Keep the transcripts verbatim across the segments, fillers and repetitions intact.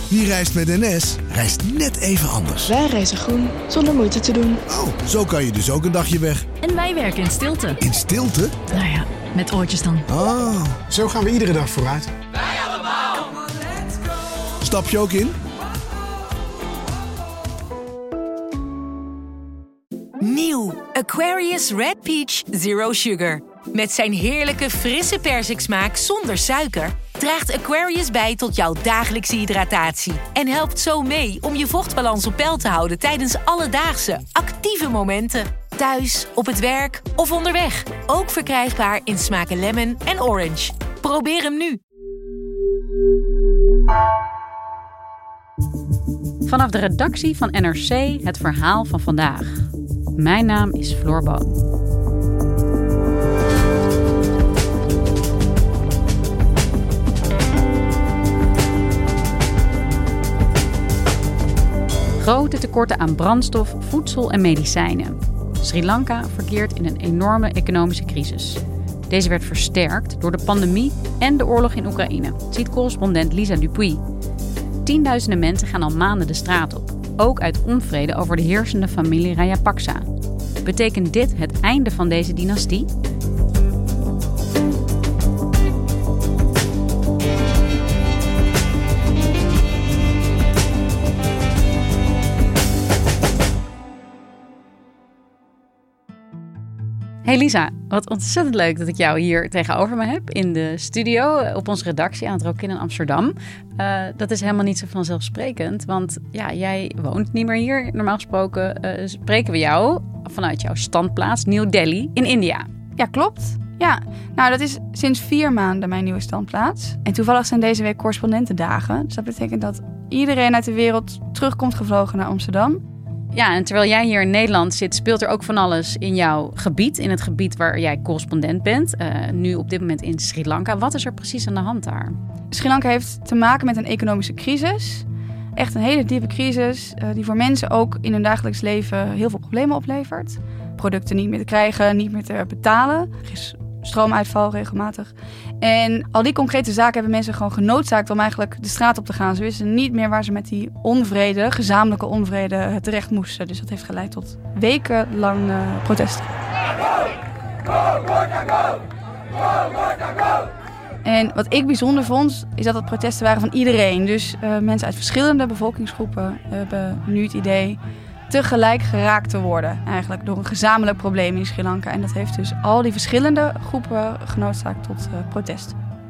Wie reist met N S, reist net even anders. Wij reizen groen, zonder moeite te doen. Oh, zo kan je dus ook een dagje weg. En wij werken in stilte. In stilte? Nou ja, met oortjes dan. Oh. Zo gaan we iedere dag vooruit. Wij allemaal. Stap je ook in? Nieuw Aquarius Red Peach Zero Sugar. Met zijn heerlijke frisse persiksmaak zonder suiker draagt Aquarius bij tot jouw dagelijkse hydratatie. En helpt zo mee om je vochtbalans op peil te houden tijdens alledaagse, actieve momenten. Thuis, op het werk of onderweg. Ook verkrijgbaar in smaken lemon en orange. Probeer hem nu. Vanaf de redactie van N R C het verhaal van vandaag. Mijn naam is Floor Boon. Grote tekorten aan brandstof, voedsel en medicijnen. Sri Lanka verkeert in een enorme economische crisis. Deze werd versterkt door de pandemie en de oorlog in Oekraïne, ziet correspondent Lisa Dupuy. Tienduizenden mensen gaan al maanden de straat op, ook uit onvrede over de heersende familie Rajapaksa. Betekent dit het einde van deze dynastie? Hey Lisa, wat ontzettend leuk dat ik jou hier tegenover me heb in de studio op onze redactie aan het Rokin in Amsterdam. Uh, dat is helemaal niet zo vanzelfsprekend, want ja, jij woont niet meer hier. Normaal gesproken uh, spreken we jou vanuit jouw standplaats New Delhi in India. Ja, klopt. Ja, nou dat is sinds vier maanden mijn nieuwe standplaats. En toevallig zijn deze week correspondentendagen. Dus dat betekent dat iedereen uit de wereld terugkomt gevlogen naar Amsterdam. Ja, en terwijl jij hier in Nederland zit, speelt er ook van alles in jouw gebied. In het gebied waar jij correspondent bent. Uh, nu op dit moment in Sri Lanka. Wat is er precies aan de hand daar? Sri Lanka heeft te maken met een economische crisis. Echt een hele diepe crisis. Uh, die voor mensen ook in hun dagelijks leven heel veel problemen oplevert. Producten niet meer te krijgen, niet meer te betalen. Er is stroomuitval regelmatig. En al die concrete zaken hebben mensen gewoon genoodzaakt om eigenlijk de straat op te gaan. Ze wisten niet meer waar ze met die onvrede, gezamenlijke onvrede, terecht moesten. Dus dat heeft geleid tot wekenlang uh, protesten. En wat ik bijzonder vond, is dat het protesten waren van iedereen. Dus uh, mensen uit verschillende bevolkingsgroepen hebben nu het idee tegelijk geraakt te worden, eigenlijk door een gezamenlijk probleem in Sri Lanka. En dat heeft dus al die verschillende groepen genoodzaakt tot uh, protest.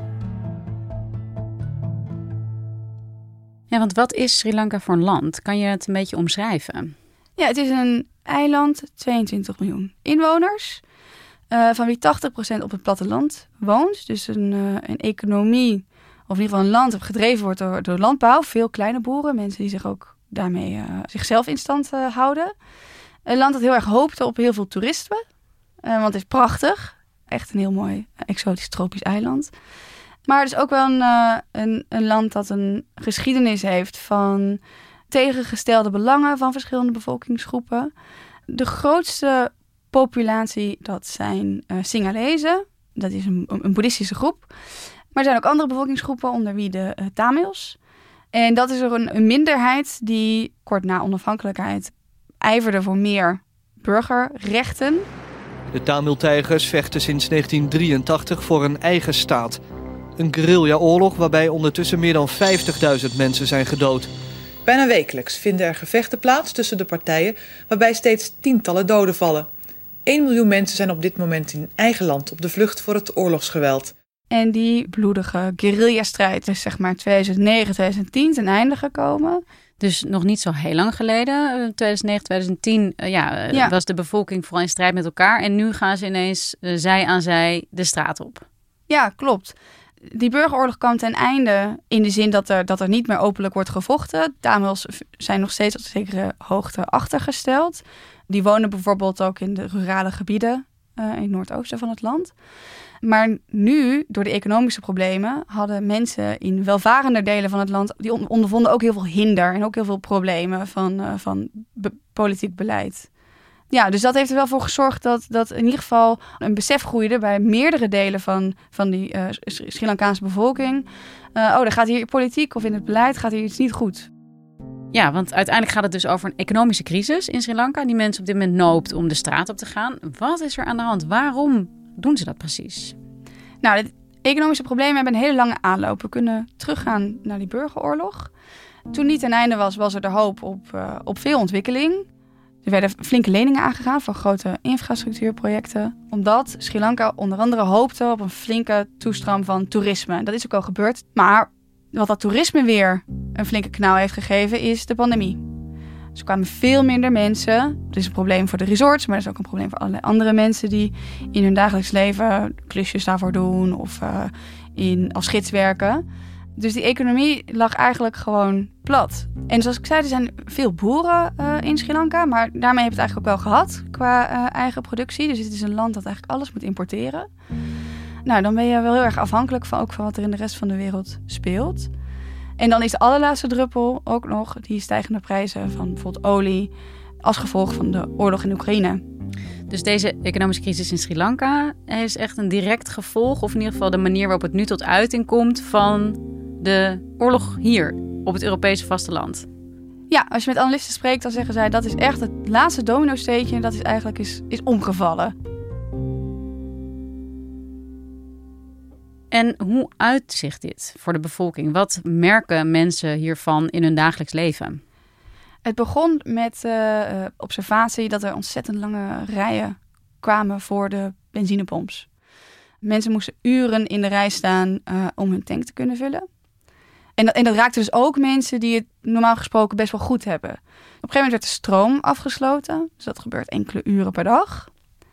Ja, want wat is Sri Lanka voor een land? Kan je het een beetje omschrijven? Ja, het is een eiland, tweeëntwintig miljoen inwoners, uh, van wie tachtig procent op het platteland woont. Dus een, uh, een economie, of in ieder geval een land dat gedreven wordt door, door landbouw. Veel kleine boeren, mensen die zich ook daarmee uh, zichzelf in stand uh, houden. Een land dat heel erg hoopte op heel veel toerisme. Uh, want het is prachtig. Echt een heel mooi, exotisch tropisch eiland. Maar het is ook wel een, uh, een, een land dat een geschiedenis heeft van tegengestelde belangen van verschillende bevolkingsgroepen. De grootste populatie, dat zijn uh, Singalezen. Dat is een, een boeddhistische groep. Maar er zijn ook andere bevolkingsgroepen, onder wie de uh, Tamils. En dat is er een, een minderheid die kort na onafhankelijkheid ijverde voor meer burgerrechten. De Tamil-tijgers vechten sinds negentien drieëntachtig voor een eigen staat. Een guerrilla-oorlog waarbij ondertussen meer dan vijftigduizend mensen zijn gedood. Bijna wekelijks vinden er gevechten plaats tussen de partijen, waarbij steeds tientallen doden vallen. één miljoen mensen zijn op dit moment in eigen land op de vlucht voor het oorlogsgeweld. En die bloedige guerrilla-strijd is zeg maar tweeduizend negen, tweeduizend tien ten einde gekomen. Dus nog niet zo heel lang geleden, tweeduizend negen, tweeduizend tien, uh, ja, ja. was de bevolking vooral in strijd met elkaar. En nu gaan ze ineens uh, zij aan zij de straat op. Ja, klopt. Die burgeroorlog kwam ten einde in de zin dat er, dat er niet meer openlijk wordt gevochten. Tamils zijn nog steeds op zekere hoogte achtergesteld. Die wonen bijvoorbeeld ook in de rurale gebieden uh, in het noordoosten van het land. Maar nu, door de economische problemen, hadden mensen in welvarender delen van het land, die ondervonden ook heel veel hinder en ook heel veel problemen van, uh, van be- politiek beleid. Ja, dus dat heeft er wel voor gezorgd dat, dat in ieder geval een besef groeide bij meerdere delen van, van die uh, Sri Lankaanse bevolking. Uh, oh, er gaat hier politiek of in het beleid gaat hier iets niet goed. Ja, want uiteindelijk gaat het dus over een economische crisis in Sri Lanka die mensen op dit moment noopt om de straat op te gaan. Wat is er aan de hand? Waarom doen ze dat precies? Nou, de economische problemen hebben een hele lange aanloop. We kunnen teruggaan naar die burgeroorlog. Toen die ten einde was, was er de hoop op, uh, op veel ontwikkeling. Er werden flinke leningen aangegaan voor grote infrastructuurprojecten. Omdat Sri Lanka onder andere hoopte op een flinke toestroom van toerisme. Dat is ook al gebeurd. Maar wat dat toerisme weer een flinke knauw heeft gegeven, is de pandemie. Dus er kwamen veel minder mensen. Dat is een probleem voor de resorts, maar dat is ook een probleem voor allerlei andere mensen die in hun dagelijks leven klusjes daarvoor doen of uh, in, als gids werken. Dus die economie lag eigenlijk gewoon plat. En zoals ik zei, er zijn veel boeren uh, in Sri Lanka, maar daarmee heb je het eigenlijk ook wel gehad qua uh, eigen productie. Dus het is een land dat eigenlijk alles moet importeren. Nou, dan ben je wel heel erg afhankelijk van, ook van wat er in de rest van de wereld speelt. En dan is de allerlaatste druppel ook nog die stijgende prijzen van bijvoorbeeld olie als gevolg van de oorlog in Oekraïne. Dus deze economische crisis in Sri Lanka is echt een direct gevolg, of in ieder geval de manier waarop het nu tot uiting komt van de oorlog hier op het Europese vasteland. Ja, als je met analisten spreekt, dan zeggen zij dat is echt het laatste domino-steentje dat is eigenlijk is, is omgevallen. En hoe uitzicht dit voor de bevolking? Wat merken mensen hiervan in hun dagelijks leven? Het begon met uh, observatie dat er ontzettend lange rijen kwamen voor de benzinepomps. Mensen moesten uren in de rij staan uh, om hun tank te kunnen vullen. En dat, en dat raakte dus ook mensen die het normaal gesproken best wel goed hebben. Op een gegeven moment werd de stroom afgesloten. Dus dat gebeurt enkele uren per dag.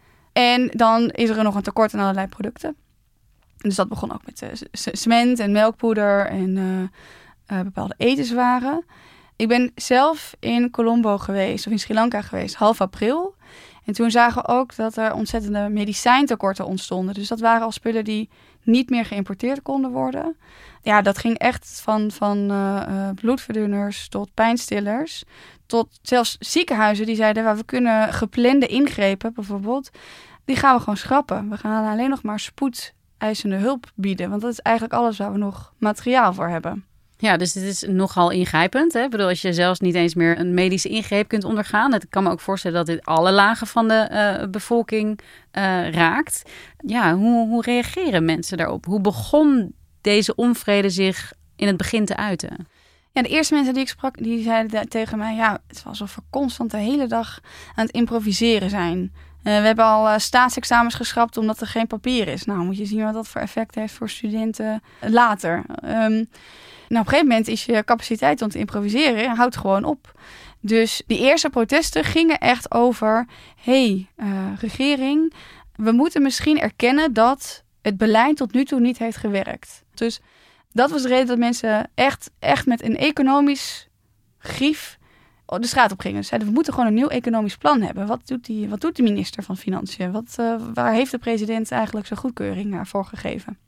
En dan is er nog een tekort aan allerlei producten. Dus dat begon ook met uh, cement en melkpoeder en uh, uh, bepaalde etenswaren. Ik ben zelf in Colombo geweest, of in Sri Lanka geweest, half april. En toen zagen we ook dat er ontzettende medicijntekorten ontstonden. Dus dat waren al spullen die niet meer geïmporteerd konden worden. Ja, dat ging echt van, van uh, uh, bloedverdunners tot pijnstillers. Tot zelfs ziekenhuizen die zeiden, we kunnen geplande ingrepen bijvoorbeeld. Die gaan we gewoon schrappen. We gaan alleen nog maar spoedeisende hulp bieden. Want dat is eigenlijk alles waar we nog materiaal voor hebben. Ja, dus dit is nogal ingrijpend. Hè? Ik bedoel, als je zelfs niet eens meer een medische ingreep kunt ondergaan. Ik kan me ook voorstellen dat dit alle lagen van de uh, bevolking uh, raakt. Ja, hoe, hoe reageren mensen daarop? Hoe begon deze onvrede zich in het begin te uiten? Ja, de eerste mensen die ik sprak, die zeiden tegen mij, ja, het was alsof we constant de hele dag aan het improviseren zijn. Uh, we hebben al uh, staatsexamens geschrapt omdat er geen papier is. Nou, moet je zien wat dat voor effect heeft voor studenten later. Um, Nou, op een gegeven moment is je capaciteit om te improviseren houdt gewoon op. Dus die eerste protesten gingen echt over, hé, hey, uh, regering, we moeten misschien erkennen dat het beleid tot nu toe niet heeft gewerkt. Dus dat was de reden dat mensen echt, echt met een economisch grief de straat op gingen. Ze zeiden, we moeten gewoon een nieuw economisch plan hebben. Wat doet, die, wat doet de minister van Financiën? Wat, uh, waar heeft de president eigenlijk zijn goedkeuring voor gegeven?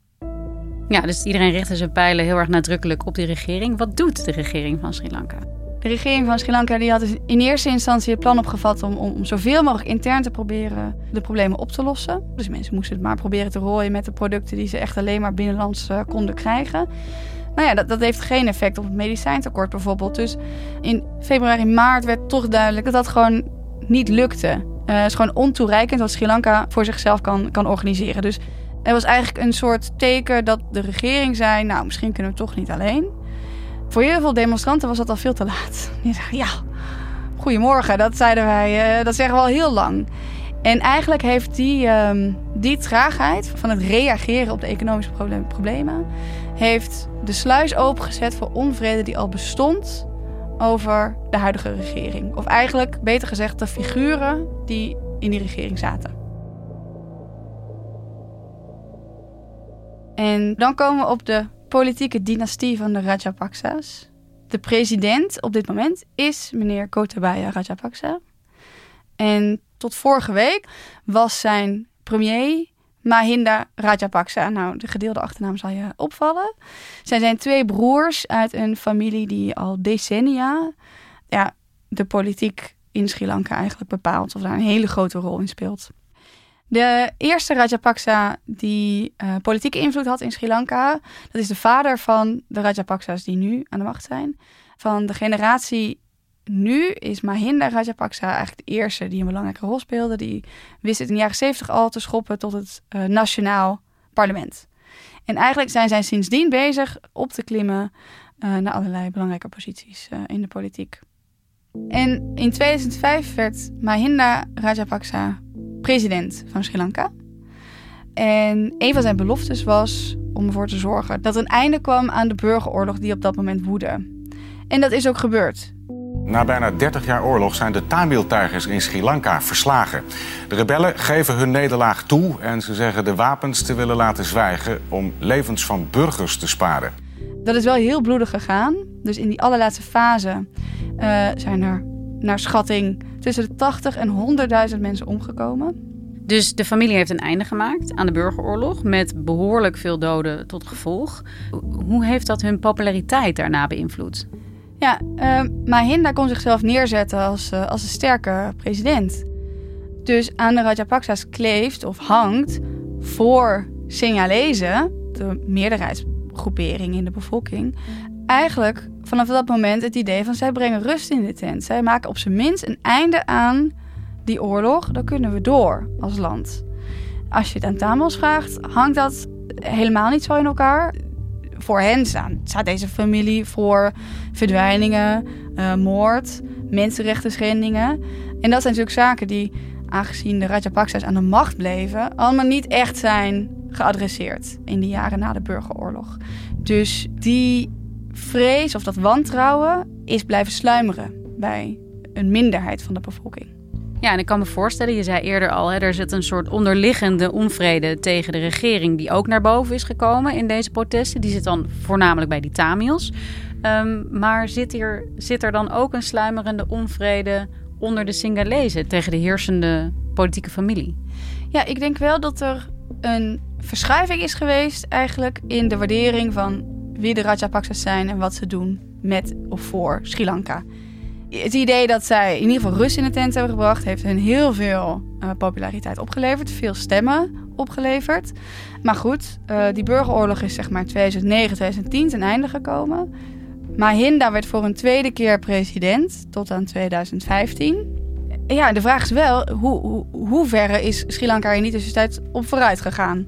Ja, dus iedereen richtte zijn pijlen heel erg nadrukkelijk op die regering. Wat doet de regering van Sri Lanka? De regering van Sri Lanka die had dus in eerste instantie het plan opgevat om, om, om zoveel mogelijk intern te proberen de problemen op te lossen. Dus mensen moesten het maar proberen te rooien met de producten die ze echt alleen maar binnenlands uh, konden krijgen. Nou ja, dat, dat heeft geen effect op het medicijntekort bijvoorbeeld. Dus in februari, maart werd toch duidelijk dat dat gewoon niet lukte. Uh, het is gewoon ontoereikend wat Sri Lanka voor zichzelf kan, kan organiseren. Dus er was eigenlijk een soort teken dat de regering zei, nou, misschien kunnen we het toch niet alleen. Voor heel veel demonstranten was dat al veel te laat. Die zeiden, ja, goedemorgen, dat zeiden wij, uh, dat zeggen we al heel lang. En eigenlijk heeft die, um, die traagheid van het reageren op de economische probleem, problemen, heeft de sluis opengezet voor onvrede die al bestond over de huidige regering. Of eigenlijk, beter gezegd, de figuren die in die regering zaten. En dan komen we op de politieke dynastie van de Rajapaksa's. De president op dit moment is meneer Gotabaya Rajapaksa. En tot vorige week was zijn premier Mahinda Rajapaksa. Nou, de gedeelde achternaam zal je opvallen. Zij zijn twee broers uit een familie die al decennia ja, de politiek in Sri Lanka eigenlijk bepaalt. Of daar een hele grote rol in speelt. De eerste Rajapaksa die uh, politieke invloed had in Sri Lanka, dat is de vader van de Rajapaksa's die nu aan de macht zijn. Van de generatie nu is Mahinda Rajapaksa eigenlijk de eerste die een belangrijke rol speelde. Die wist het in de jaren zeventig al te schoppen tot het uh, nationaal parlement. En eigenlijk zijn zij sindsdien bezig op te klimmen uh, naar allerlei belangrijke posities uh, in de politiek. En in tweeduizend vijf werd Mahinda Rajapaksa president van Sri Lanka. En een van zijn beloftes was om ervoor te zorgen dat er een einde kwam aan de burgeroorlog die op dat moment woedde. En dat is ook gebeurd. Na bijna dertig jaar oorlog zijn de Tamil-tijgers in Sri Lanka verslagen. De rebellen geven hun nederlaag toe en ze zeggen de wapens te willen laten zwijgen om levens van burgers te sparen. Dat is wel heel bloedig gegaan. Dus in die allerlaatste fase uh, zijn er naar schatting tussen de tachtig en honderdduizend mensen omgekomen. Dus de familie heeft een einde gemaakt aan de burgeroorlog met behoorlijk veel doden tot gevolg. Hoe heeft dat hun populariteit daarna beïnvloed? Ja, uh, Mahinda kon zichzelf neerzetten als, uh, als een sterke president. Dus aan de Rajapaksa's kleeft of hangt voor Sinhalese, de meerderheidsgroepering in de bevolking, eigenlijk vanaf dat moment het idee van zij brengen rust in de tent. Zij maken op zijn minst een einde aan die oorlog, dan kunnen we door als land. Als je het aan Tamils vraagt, hangt dat helemaal niet zo in elkaar. Voor hen staan, staat deze familie voor verdwijningen, uh, moord, mensenrechten schendingen. En dat zijn natuurlijk zaken die, aangezien de Rajapaksa's aan de macht bleven, allemaal niet echt zijn geadresseerd in de jaren na de burgeroorlog. Dus die vrees of dat wantrouwen is blijven sluimeren bij een minderheid van de bevolking. Ja, en ik kan me voorstellen, je zei eerder al, hè, er zit een soort onderliggende onvrede tegen de regering die ook naar boven is gekomen in deze protesten. Die zit dan voornamelijk bij die Tamils. Um, maar zit, hier, zit er dan ook een sluimerende onvrede onder de Sinhalese tegen de heersende politieke familie? Ja, ik denk wel dat er een verschuiving is geweest eigenlijk in de waardering van wie de Rajapaksa's zijn en wat ze doen met of voor Sri Lanka. Het idee dat zij in ieder geval rust in de tent hebben gebracht, heeft hen heel veel uh, populariteit opgeleverd. Veel stemmen opgeleverd. Maar goed, uh, die burgeroorlog is zeg maar tweeduizend negen, tweeduizend tien ten einde gekomen. Mahinda werd voor een tweede keer president tot aan tweeduizend vijftien. Ja, de vraag is wel, hoe, hoe, hoe verre is Sri Lanka er niet tussentijd op vooruit gegaan?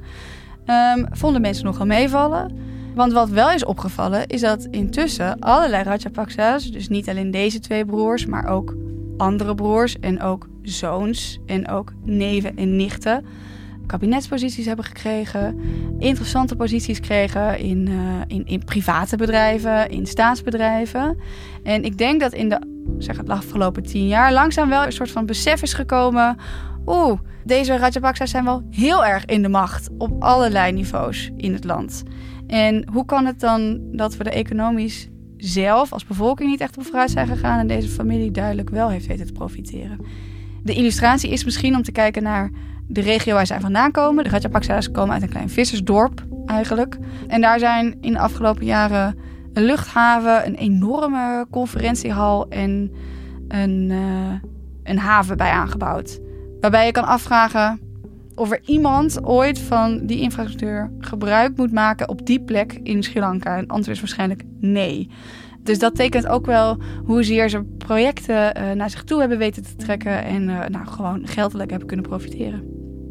Um, vonden mensen nogal meevallen? Want wat wel is opgevallen, is dat intussen allerlei Rajapaksa's, dus niet alleen deze twee broers, maar ook andere broers en ook zoons en ook neven en nichten, kabinetsposities hebben gekregen, interessante posities kregen in, uh, in, in private bedrijven, in staatsbedrijven. En ik denk dat in de, zeg het, afgelopen tien jaar langzaam wel een soort van besef is gekomen, oeh, deze Rajapaksa's zijn wel heel erg in de macht op allerlei niveaus in het land. En hoe kan het dan dat we er economisch zelf als bevolking niet echt op vooruit zijn gegaan en deze familie duidelijk wel heeft weten te profiteren? De illustratie is misschien om te kijken naar de regio waar zij vandaan komen. De Rajapaksa's komen uit een klein vissersdorp eigenlijk. En daar zijn in de afgelopen jaren een luchthaven, een enorme conferentiehal en een, uh, een haven bij aangebouwd. Waarbij je kan afvragen of er iemand ooit van die infrastructuur gebruik moet maken op die plek in Sri Lanka. En het antwoord is waarschijnlijk nee. Dus dat tekent ook wel hoezeer ze projecten uh, naar zich toe hebben weten te trekken en uh, nou, gewoon geldelijk hebben kunnen profiteren.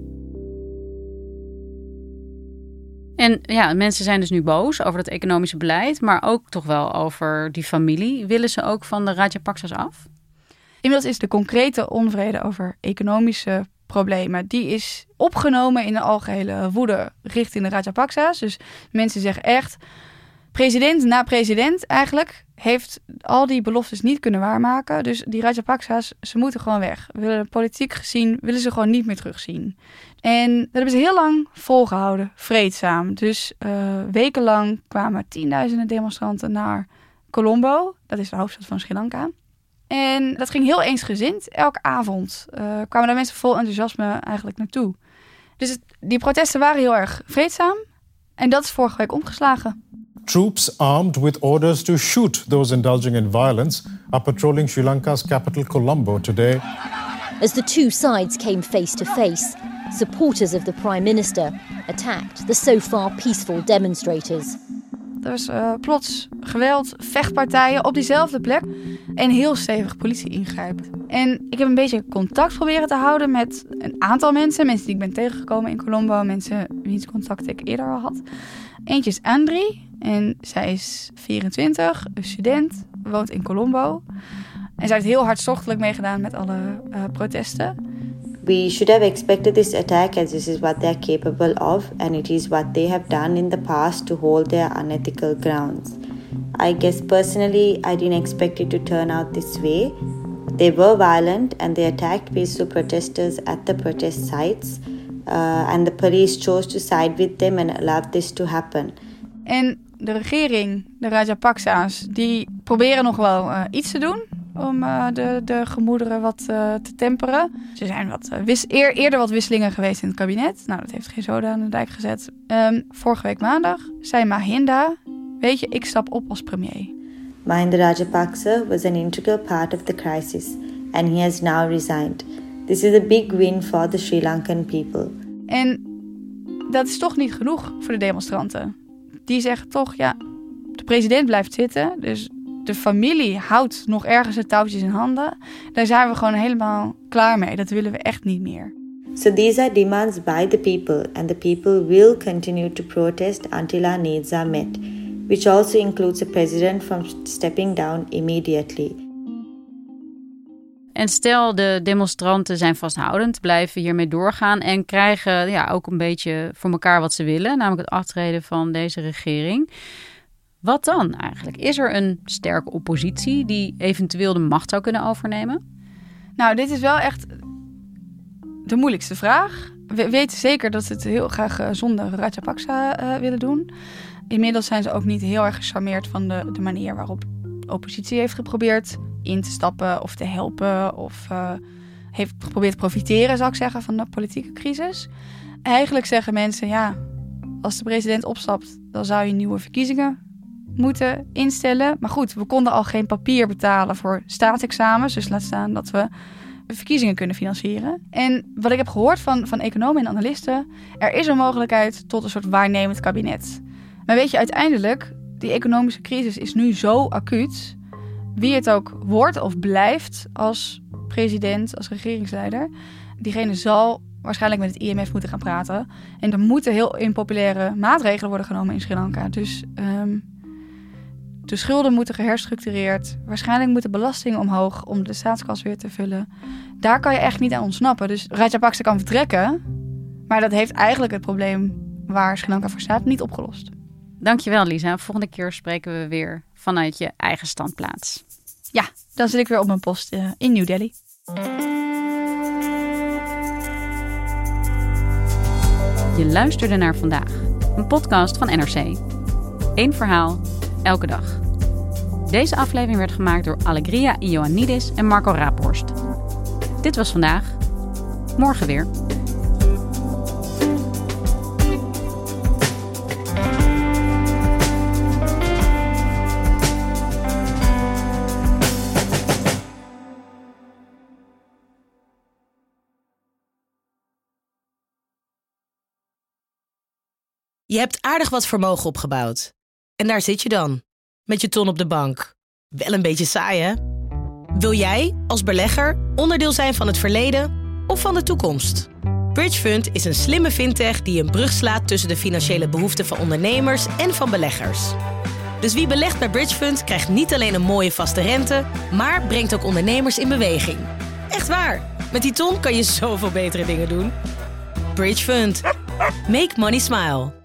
En ja, mensen zijn dus nu boos over het economische beleid, maar ook toch wel over die familie. Willen ze ook van de Rajapaksa's af? Inmiddels is de concrete onvrede over economische problemen, die is opgenomen in de algehele woede richting de Rajapaksa's. Dus mensen zeggen echt, president na president eigenlijk heeft al die beloftes niet kunnen waarmaken. Dus die Rajapaksa's, ze moeten gewoon weg. We willen politiek gezien, willen ze gewoon niet meer terugzien. En dat hebben ze heel lang volgehouden, vreedzaam. Dus uh, wekenlang kwamen tienduizenden demonstranten naar Colombo. Dat is de hoofdstad van Sri Lanka. En dat ging heel eensgezind. Elke avond uh, kwamen daar mensen vol enthousiasme eigenlijk naartoe. Dus het, die protesten waren heel erg vreedzaam. En dat is vorige week omgeslagen. Troops armed with orders to shoot those indulging in violence are patrolling Sri Lanka's capital Colombo today. As the two sides came face to face, supporters of the Prime Minister attacked the so far peaceful demonstrators. Er was uh, plots geweld, vechtpartijen op diezelfde plek en heel stevig politie ingrijpt. En ik heb een beetje contact proberen te houden met een aantal mensen. Mensen die ik ben tegengekomen in Colombo, mensen wiens contact ik eerder al had. Eentje is Andri en zij is vierentwintig, een student, woont in Colombo. En zij heeft heel hartstochtelijk meegedaan met alle uh, protesten. We should have expected this attack as this is what they are capable of and it is what they have done in the past to hold their unethical grounds. I guess personally I didn't expect it to turn out this way. They were violent and they attacked peaceful protesters at the protest sites uh, and the police chose to side with them and allowed this to happen. En de regering, de Rajapaksa's, die proberen nog wel uh, iets te doen om uh, de, de gemoederen wat uh, te temperen. Er zijn wat, uh, wis- eer, eerder wat wisselingen geweest in het kabinet. Nou, dat heeft geen zoden aan de dijk gezet. Um, vorige week maandag zei Mahinda, weet je, ik stap op als premier. Mahinda Rajapaksa was an integral part of the crisis and he has now resigned. This is a big win for the Sri Lankan people. En dat is toch niet genoeg voor de demonstranten. Die zeggen toch, ja, de president blijft zitten, dus de familie houdt nog ergens de touwtjes in handen. Daar zijn we gewoon helemaal klaar mee. Dat willen we echt niet meer. So these are demands by the people and the people will continue to protest until our needs are met, which also includes the president from stepping down immediately. En stel de demonstranten zijn vasthoudend, blijven hiermee doorgaan en krijgen ja, ook een beetje voor elkaar wat ze willen, namelijk het aftreden van deze regering. Wat dan eigenlijk? Is er een sterke oppositie die eventueel de macht zou kunnen overnemen? Nou, dit is wel echt de moeilijkste vraag. We weten zeker dat ze het heel graag uh, zonder Rajapaksa uh, willen doen. Inmiddels zijn ze ook niet heel erg gecharmeerd van de, de manier waarop de oppositie heeft geprobeerd in te stappen of te helpen of uh, heeft geprobeerd te profiteren, zou ik zeggen, van de politieke crisis. Eigenlijk zeggen mensen, ja, als de president opstapt, dan zou je nieuwe verkiezingen moeten instellen. Maar goed, we konden al geen papier betalen voor staatsexamens, dus laat staan dat we verkiezingen kunnen financieren. En wat ik heb gehoord van, van economen en analisten, er is een mogelijkheid tot een soort waarnemend kabinet. Maar weet je, uiteindelijk, die economische crisis is nu zo acuut. Wie het ook wordt of blijft als president, als regeringsleider, diegene zal waarschijnlijk met het I M F moeten gaan praten. En er moeten heel impopulaire maatregelen worden genomen in Sri Lanka. Dus um, de schulden moeten geherstructureerd. Waarschijnlijk moeten belastingen omhoog om de staatskas weer te vullen. Daar kan je echt niet aan ontsnappen. Dus Rajapaksa kan vertrekken, maar dat heeft eigenlijk het probleem waar Sri Lanka voor staat niet opgelost. Dankjewel, Lisa. Volgende keer spreken we weer vanuit je eigen standplaats. Ja, dan zit ik weer op mijn post uh, in New Delhi. Je luisterde naar Vandaag, een podcast van N R C. Eén verhaal, elke dag. Deze aflevering werd gemaakt door Alegria Ioannidis en Marco Raaphorst. Dit was Vandaag. Morgen weer. Je hebt aardig wat vermogen opgebouwd. En daar zit je dan, met je ton op de bank. Wel een beetje saai, hè? Wil jij, als belegger, onderdeel zijn van het verleden of van de toekomst? Bridgefund is een slimme fintech die een brug slaat tussen de financiële behoeften van ondernemers en van beleggers. Dus wie belegt bij Bridgefund krijgt niet alleen een mooie vaste rente, maar brengt ook ondernemers in beweging. Echt waar, met die ton kan je zoveel betere dingen doen. Bridgefund. Make money smile.